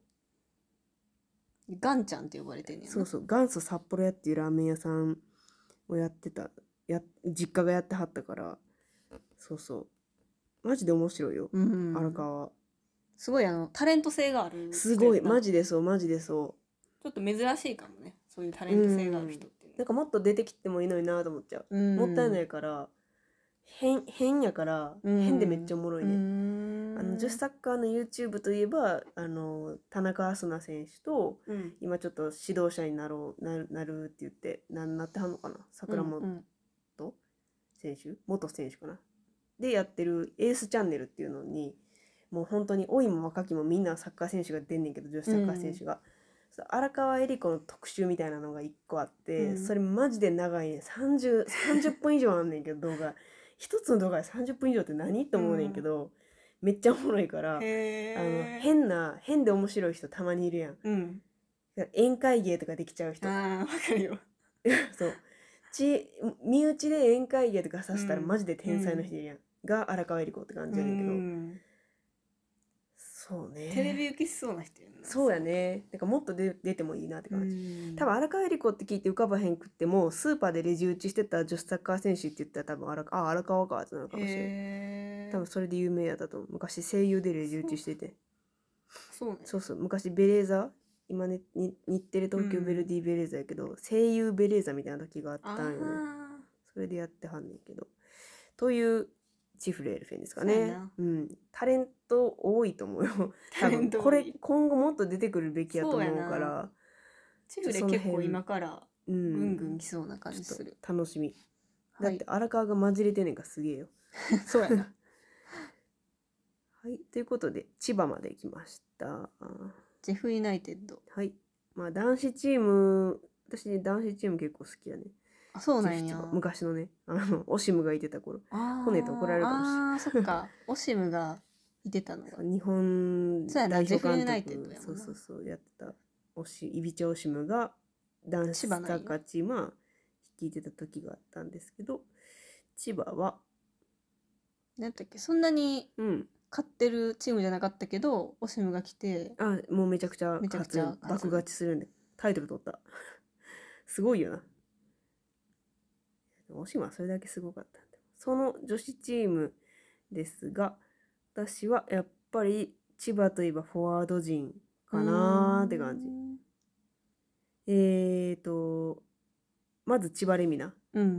ガンちゃんって呼ばれてんねんな。 そうそう。元祖札幌屋っていうラーメン屋さんをやってた。実家がやってはったから。そうそう。マジで面白いよ。荒川。 すごいタレント性がある。 すごい。マジでそう、マジでそう。 ちょっと珍しいかもね。そういうタレント性がある人って。 なんかもっと出てきてもいいのになと思っちゃう。もったいないから、変やから、変でめっちゃおもろいね。女子サッカーの YouTube といえば、田中明日菜選手と、今ちょっと指導者になるって言って、なってはんのかな、桜本選手、元選手かな。でやってるエースチャンネルっていうのに、もう本当に老いも若きもみんなサッカー選手が出んねんけど、女子サッカー選手が。荒川恵理子の特集みたいなのが1個あって、それマジで長いね。30分以上あんねんけど、動画。一つの動画で30分以上って何と思うねんけど、めっちゃおもろいから、変で面白い人たまにいるやん。宴会芸とかできちゃう人。 わかるよ。 そう。身内で宴会芸とかさせたらマジで天才の人いるやん。が荒川恵理子って感じやねんけど。そうね。 テレビ受けしそうな人やな。 そうやね。なんかもっと出てもいいなって感じ。多分荒川恵理子って聞いて浮かばへんくっても、スーパーでレジ打ちしてた女子サッカー選手って言ったら多分荒川かってなるかもしれない。多分それで有名やったと思う。昔声優でレジ打ちしてて。 そうね。 そうそう。昔ベレーザ、今ね、日テレ東京ベルディベレーザやけど、声優ベレーザみたいな時があったんよね。それでやってはんねんけど。というチフレールフェンですかね。タレント多いと思うよ。多分これ今後もっと出てくるべきやと思うから。 チフレ結構今からぐんぐん来そうな感じする。 楽しみ。だって荒川が混じれてんねんからすげえよ。 そうやな。 はい。ということで千葉まで来ました。 ジェフユナイテッド。 はい。まあ男子チーム、私ね男子チーム結構好きやね。 あ、そうなんや。 昔のね、オシムがいてた頃。骨と怒られるかもしれない。 ああ、そっか。オシムがいてたのが。 日本代表監督、そうやってたイビチャオシムが男子サッカーチームは率いてた時があったんですけど、千葉はなんだっけ、そんなに勝ってるチームじゃなかったけど、オシムが来て、 もうめちゃくちゃ爆勝ちするんでタイトル取った。すごいよな。オシムはそれだけすごかったんで。その女子チームですが、私はやっぱり千葉といえばフォワード陣かなーって感じ。まず千葉レミナ。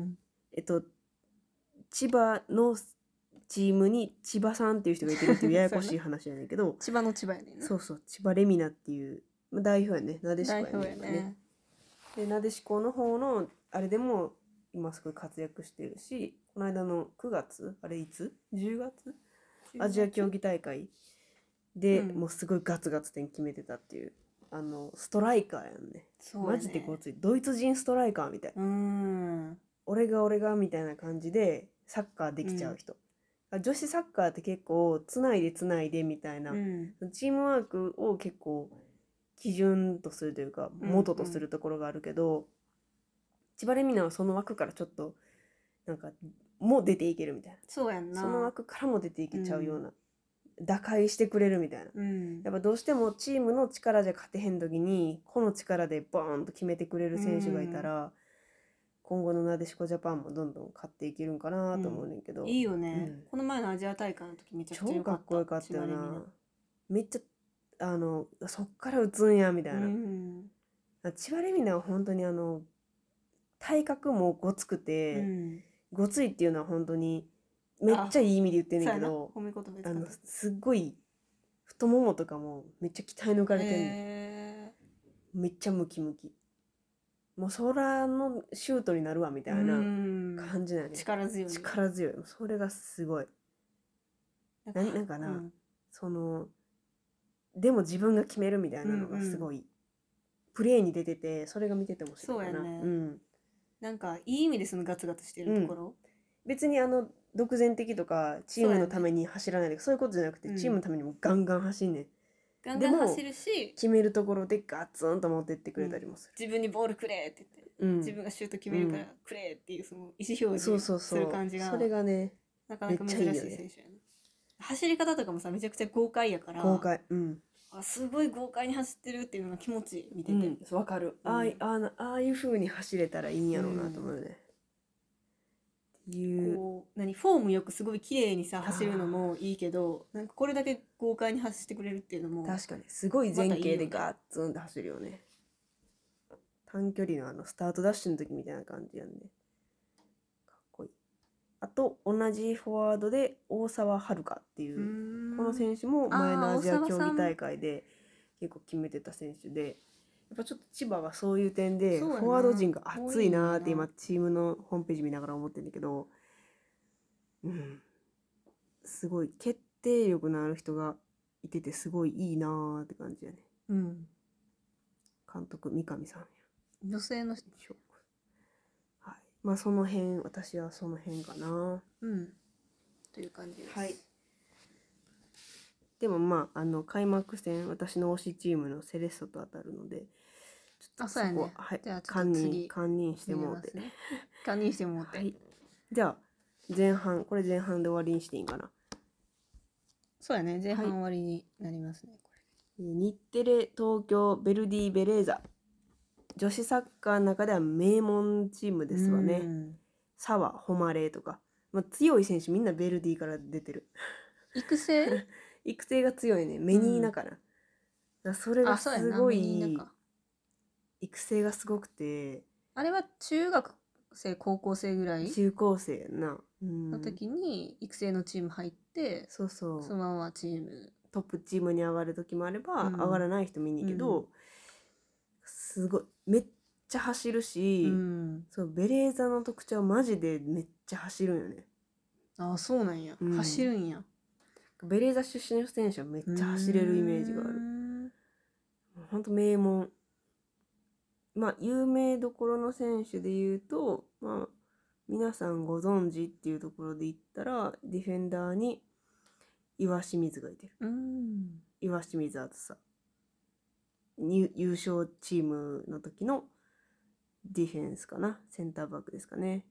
千葉のチームに千葉さんっていう人がいてるっていうややこしい話やねんけど。 千葉の千葉やねんな。 そうそう、千葉レミナっていう代表やね。なでしこやね。で、なでしこの方のあれでも今すごい活躍してるし、この間の9月あれいつ ?10 月アジア競技大会で、もうすごいガツガツ点決めてたっていうストライカーやんね。マジでごついドイツ人ストライカーみたいな。俺がみたいな感じでサッカーできちゃう人。女子サッカーって結構つないでみたいな、チームワークを結構基準とするというか元とするところがあるけど、千葉レミナはその枠からちょっとなんかもう出ていけるみたいな。 そうやんな。 その枠からも出ていけちゃうような、打開してくれるみたいな、やっぱどうしてもチームの力じゃ勝てへん時にこの力でボーンと決めてくれる選手がいたら、今後のなでしこジャパンもどんどん勝っていけるんかなと思うねんけど、 いいよね、この前のアジア大会の時めちゃくちゃ超かっこよかったよな。めっちゃそっから打つんやみたいな、千葉レミナは本当に体格もごつくて、ごついっていうのは本当にめっちゃいい意味で言ってんねんけど、すっごい太ももとかもめっちゃ鍛え抜かれてんねん。めっちゃムキムキ。もう空のシュートになるわみたいな感じなんね。 力強い。 それがすごい。なんかな、でも自分が決めるみたいなのがすごい、プレーに出てて、それが見てても面白いかな。 なんかいい意味でそのガツガツしてるところ、 別に独善的とかチームのために走らないとかそういうことじゃなくて、チームのためにもガンガン走んねん。 ガンガン走るし、 決めるところでガツンと持ってってくれたりもする。 自分にボールくれって言って、自分がシュート決めるからくれっていうその意思表示する感じが、 それがね、 なかなか珍しい選手やね。走り方とかもさ、めちゃくちゃ豪快やから、 豪快、 すごい豪快に走ってるっていうのが気持ちいい、見てて。 わかる。ああいう風に走れたらいいんやろうなと思うよね。 こうフォームよくすごい綺麗にさ走るのもいいけど、なんかこれだけ豪快に走ってくれるっていうのも確かにすごい前傾でガッツンって走るよね。短距離のスタートダッシュの時みたいな感じやんね。かっこいい。あと同じフォワードで大沢遥っていうこの選手も前のアジア競技大会で結構決めてた選手で、やっぱちょっと千葉がそういう点でフォワード陣が熱いなーって今チームのホームページ見ながら思ってるんだけど、すごい決定力のある人がいててすごいいいなーって感じやね。監督三上さんや。 女性の人。 はい。まあその辺、私はその辺かな。 という感じです。 はい。でもまあ開幕戦私の推しチームのセレッソと当たるので、 ちょっとそこは、 はい、堪忍してもうて、 堪忍してもうて。 はい。じゃあ前半で終わりにしていいんかな。 そうやね、前半終わりになりますね、これ。日テレ東京ベルディベレーザ、女子サッカーの中では名門チームですわね。澤誉とか、強い選手みんなベルディから出てる。 育成が強いね。メニーナかな。それがすごい育成がすごくて、 あれは中学生高校生ぐらい中高生やな、 の時に育成のチーム入って、そのままチームトップチームに上がる時もあれば、上がらない人もいいんだけど、すごいめっちゃ走るし、そうベレーザの特徴はマジでめっちゃ走るんよね。 あ、そうなんや、走るんや。 ベレーザ出身の選手はめっちゃ走れるイメージがある。ほんと名門。有名どころの選手で言うと、皆さんご存知っていうところで言ったら、ディフェンダーに岩清水がいてる。岩清水あとさ、優勝チームの時のディフェンスかな、センターバックですかね。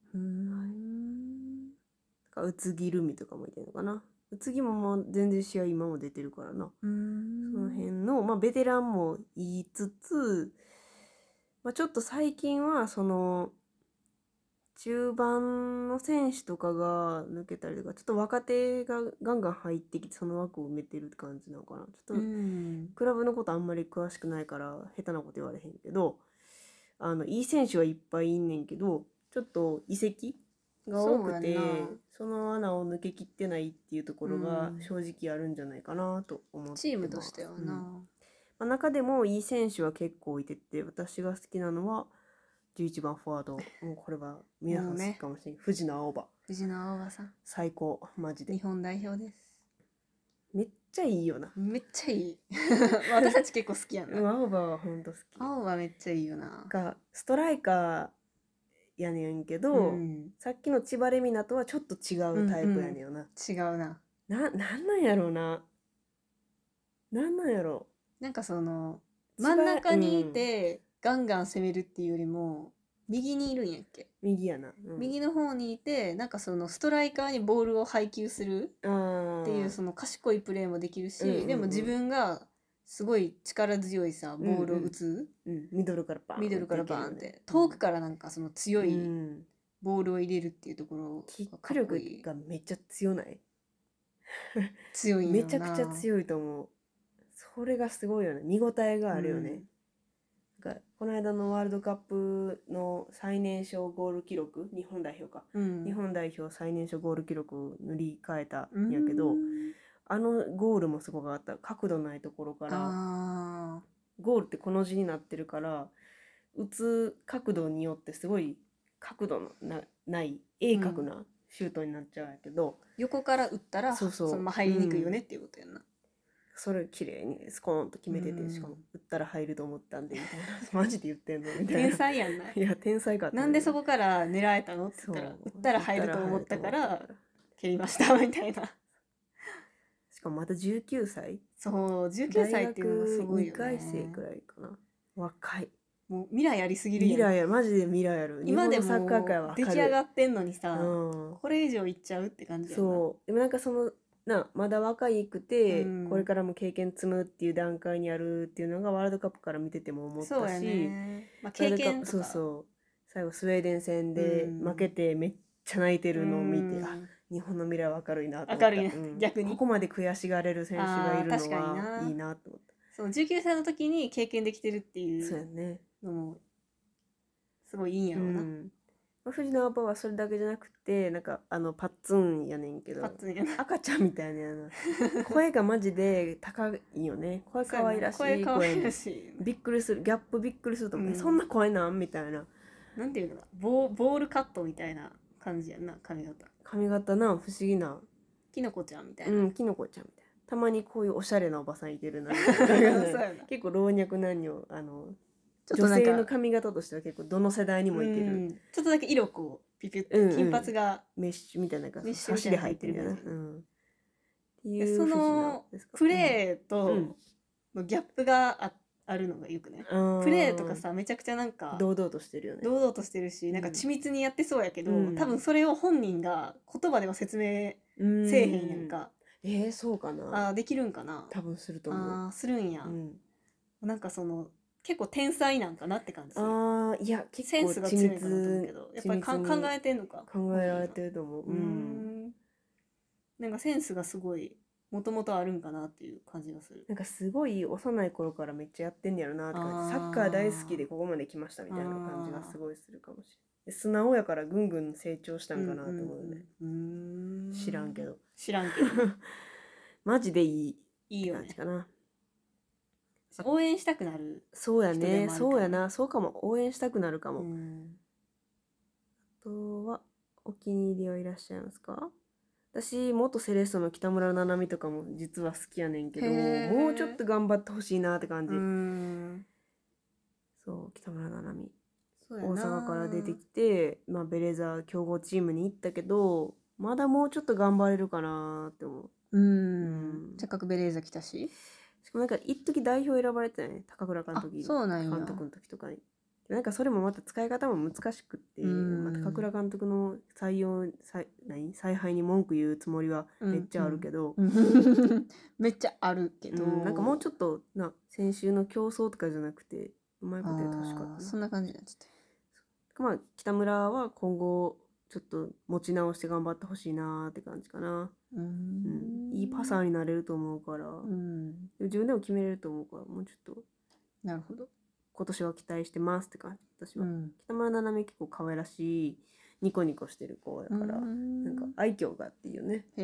宇津木留美とかもいてるのかな。宇津木も全然試合今も出てるからな。その辺の、ベテランも言いつつ、ちょっと最近はその中盤の選手とかが抜けたりとか、ちょっと若手がガンガン入ってきてその枠を埋めてるって感じなのかな。ちょっとクラブのことあんまり詳しくないから下手なこと言われへんけど、いい選手はいっぱいいんねんけど、ちょっと移籍が多くて その穴を抜けきってないっていうところが正直あるんじゃないかなと思ってます。 チームとしてはな、 中でもいい選手は結構いてて、私が好きなのは11番フォワード、もうこれは皆さん好きかもしれない、藤野青葉さん最高、マジで日本代表です。 めっちゃいいよな。 めっちゃいい私たち結構好きやな。 青葉はほんと好き。 青葉めっちゃいいよな。 ストライカーやねんけど、さっきの千葉レミナとはちょっと違うタイプやねんよな。 違うな。 なんやろうな。なんやろう。 なんかその真ん中にいて、ガンガン攻めるっていうよりも右にいるんやっけ。 右やな、 右の方にいて、なんかそのストライカーにボールを配球するっていうその賢いプレーもできるし、でも自分がすごい力強いさボールを打つ、 ミドルからバーンって遠くからなんかその強いボールを入れるっていうところキック力がめっちゃ強ない？ 強いよな。 めちゃくちゃ強いと思う。それがすごいよね。見応えがあるよね。この間のワールドカップの最年少ゴール記録、日本代表か、日本代表最年少ゴール記録を塗り替えたんやけど、ゴールもすごかった。角度ないところからゴールってこの字になってるから、打つ角度によってすごい角度のない鋭角なシュートになっちゃうんやけど、 横から打ったらそのまま入りにくいよねっていうことやな。 それ綺麗にスコーンと決めてて、しかも打ったら入ると思ったんでみたいなマジで言ってんのみたいな。 天才やんな。 いや天才かった、 ね、なんでそこから狙えたのって言ったら、打ったら入ると思ったから蹴りましたみたいな。 しかもまた19歳。 そう19歳っていうのがすごいよね。 2回生くらいかな。若い。 もう未来ありすぎるやん。 未来やマジで未来ある。 今でもサッカー界は出来上がってんのにさ、これ以上いっちゃうって感じやな。 そうでもなんかそのまだ若いくて、これからも経験積むっていう段階にあるっていうのがワールドカップから見てても思ったし、そうやね、 まあ、経験とかそうそう最後スウェーデン戦で負けてめっちゃ泣いてるのを見て、あ日本の未来は明るいなと思った。明るいな、逆にここまで悔しがれる選手がいるのはいいなと思った。 そう19歳の時に経験できてるっていうそうやねのもすごいいいんやろうな。 藤野アパはそれだけじゃなくてなんかパッツンやねんけど赤ちゃんみたいな声がマジで高いよね。声可愛らしい声びっくりするギャップびっくりすると思う、そんな声なんみたいな。 なんていうのかボールカットみたいな感じやんな。髪型な不思議なきのこちゃんみたいな。 きのこちゃんみたいな。たまにこういうおしゃれなおばさんいてるな結構老若男女女性の髪型としては結構どの世代にもいける、 ちょっとだけ色こうピピュッて金髪がメッシュみたいな感じ差しで入ってるみたいな、 そのプレーとのギャップがあるのがよくね。プレーとかさめちゃくちゃなんか堂々としてるよね。 堂々としてるしなんか緻密にやってそうやけど、多分それを本人が言葉では説明せえへんやんか。 そうかな。 できるんかな。 多分すると思う。 するんや。なんかその結構天才なんかなって感じ。 いや結構センスが強いかなと思うけど、やっぱり考えてんのか。 考えられてると思う。 なんかセンスがすごいもともとあるんかなっていう感じがする。 なんかすごい幼い頃からめっちゃやってんやろなって感じ。サッカー大好きでここまで来ましたみたいな感じがすごいするかもしれない。素直やからぐんぐん成長したんかなと思うね。知らんけど。マジでいい感じかな。 応援したくなる。 そうやね。そうやな。そうかも。応援したくなるかも。あとはお気に入りはいらっしゃいますか？私元セレッソの北村七海とかも実は好きやねんけど、もうちょっと頑張ってほしいなって感じ。そう北村七海大阪から出てきて、ベレーザ強豪チームに行ったけどまだもうちょっと頑張れるかなって思う。 せっかくベレーザ来たし。 しかもなんか一時代表選ばれてたよね、高倉監督の時とかに。なんかそれもまた使い方も難しくって、高倉監督の采配に文句言うつもりはめっちゃあるけど、 めっちゃあるけど、 なんかもうちょっと先週の競争とかじゃなくてうまいことやってほしかったな。 そんな感じになっちゃって。 北村は今後ちょっと持ち直して頑張ってほしいなって感じかな。いいパサーになれると思うから、自分でも決めれると思うからもうちょっと。 なるほど。 今年は期待してますって感じ。私は、北村七海結構可愛らしいニコニコしてる子だからなんか愛嬌があっていいよね。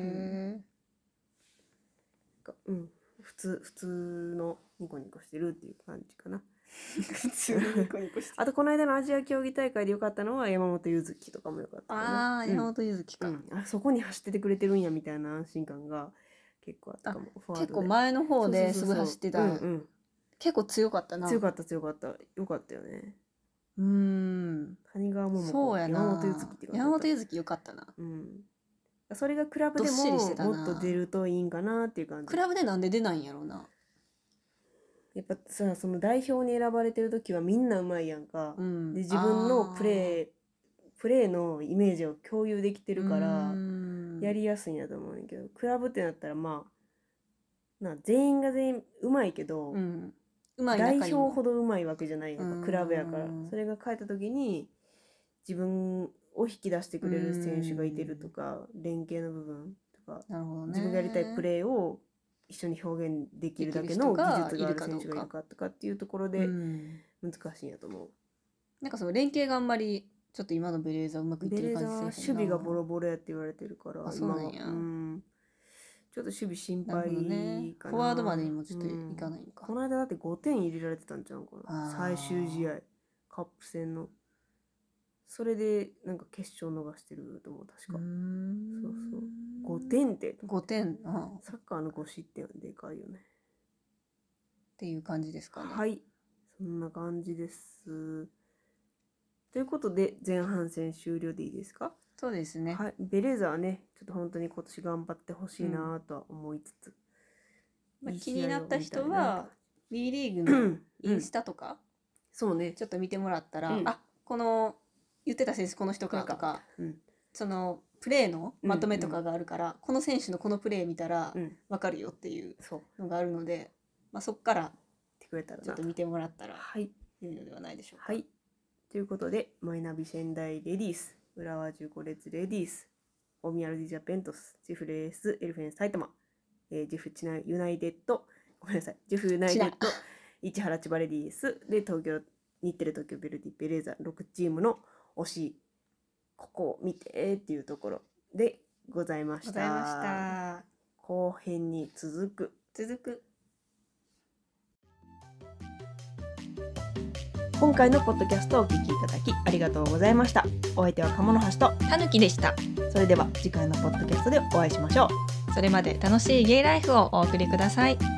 普通のニコニコしてるっていう感じかな。 普通のニコニコしてる。 あとこの間のアジア競技大会で良かったのは山本柚月とかも良かったかな。 山本柚月か、 そこに走っててくれてるんやみたいな安心感が結構あったかも。 結構前の方ですぐ走ってた。結構強かったな。 強かったよかったよね。谷川桃子、 そうやな。 山本柚月って山本柚月よかったな。 それがクラブでももっと出るといいんかなっていう感じ。 クラブでなんで出ないんやろうな。 やっぱさその代表に選ばれてる時はみんなうまいやんか。で自分のプレーのイメージを共有できてるからやりやすいんやと思うんやけど、クラブってなったら全員が全員うまいけど。代表ほどうまいわけじゃないやんか、クラブやから。それが変えた時に自分を引き出してくれる選手がいてるとか連携の部分とか、自分がやりたいプレーを一緒に表現できるだけの技術がある選手がいるかとかっていうところで難しいんやと思う。 なんかその連携があんまりちょっと今のベレーザうまくいってる感じせえへんな。守備がボロボロやって言われてるからそうなんや。 ちょっと守備心配かな。 フォワードまでにもちょっといかないんか。 この間だって5点入れられてたんちゃうかな。最終試合カップ戦のそれでなんか決勝逃してると思う、確か。そうそう。5点で。 5点。 サッカーの5失点はでかいよね。 っていう感じですかね。 はい。そんな感じです。ということで、前半戦終了でいいですか？ そうですね。 はい。ベレーザはね、ちょっと本当に今年頑張ってほしいなとは思いつつ。 気になった人は、B リーグのインスタとか、 そうね。 ちょっと見てもらったら、あ、この、言ってた選手この人かとか、そのプレーのまとめとかがあるから、この選手のこのプレー見たら分かるよっていうのがあるので、そこからちょっと見てもらったらいいのではないでしょうか。 はい。ということで、マイナビ仙台レディース、浦和15列レディース、大宮ルディジャペントス、ジェフレース、エルフェン埼玉、ジェフチナユナイテッド、ごめんなさい、ジェフユナイテッド、市原千葉レディース、で、東京、日テレ東京ベルディベレーザ6チームの推し、ここを見てっていうところでございました。後編に続く。今回のポッドキャストをお聞きいただきありがとうございました。お相手は鴨の橋とたぬきでした。 それでは次回のポッドキャストでお会いしましょう。 それまで楽しいゲイライフをお送りください。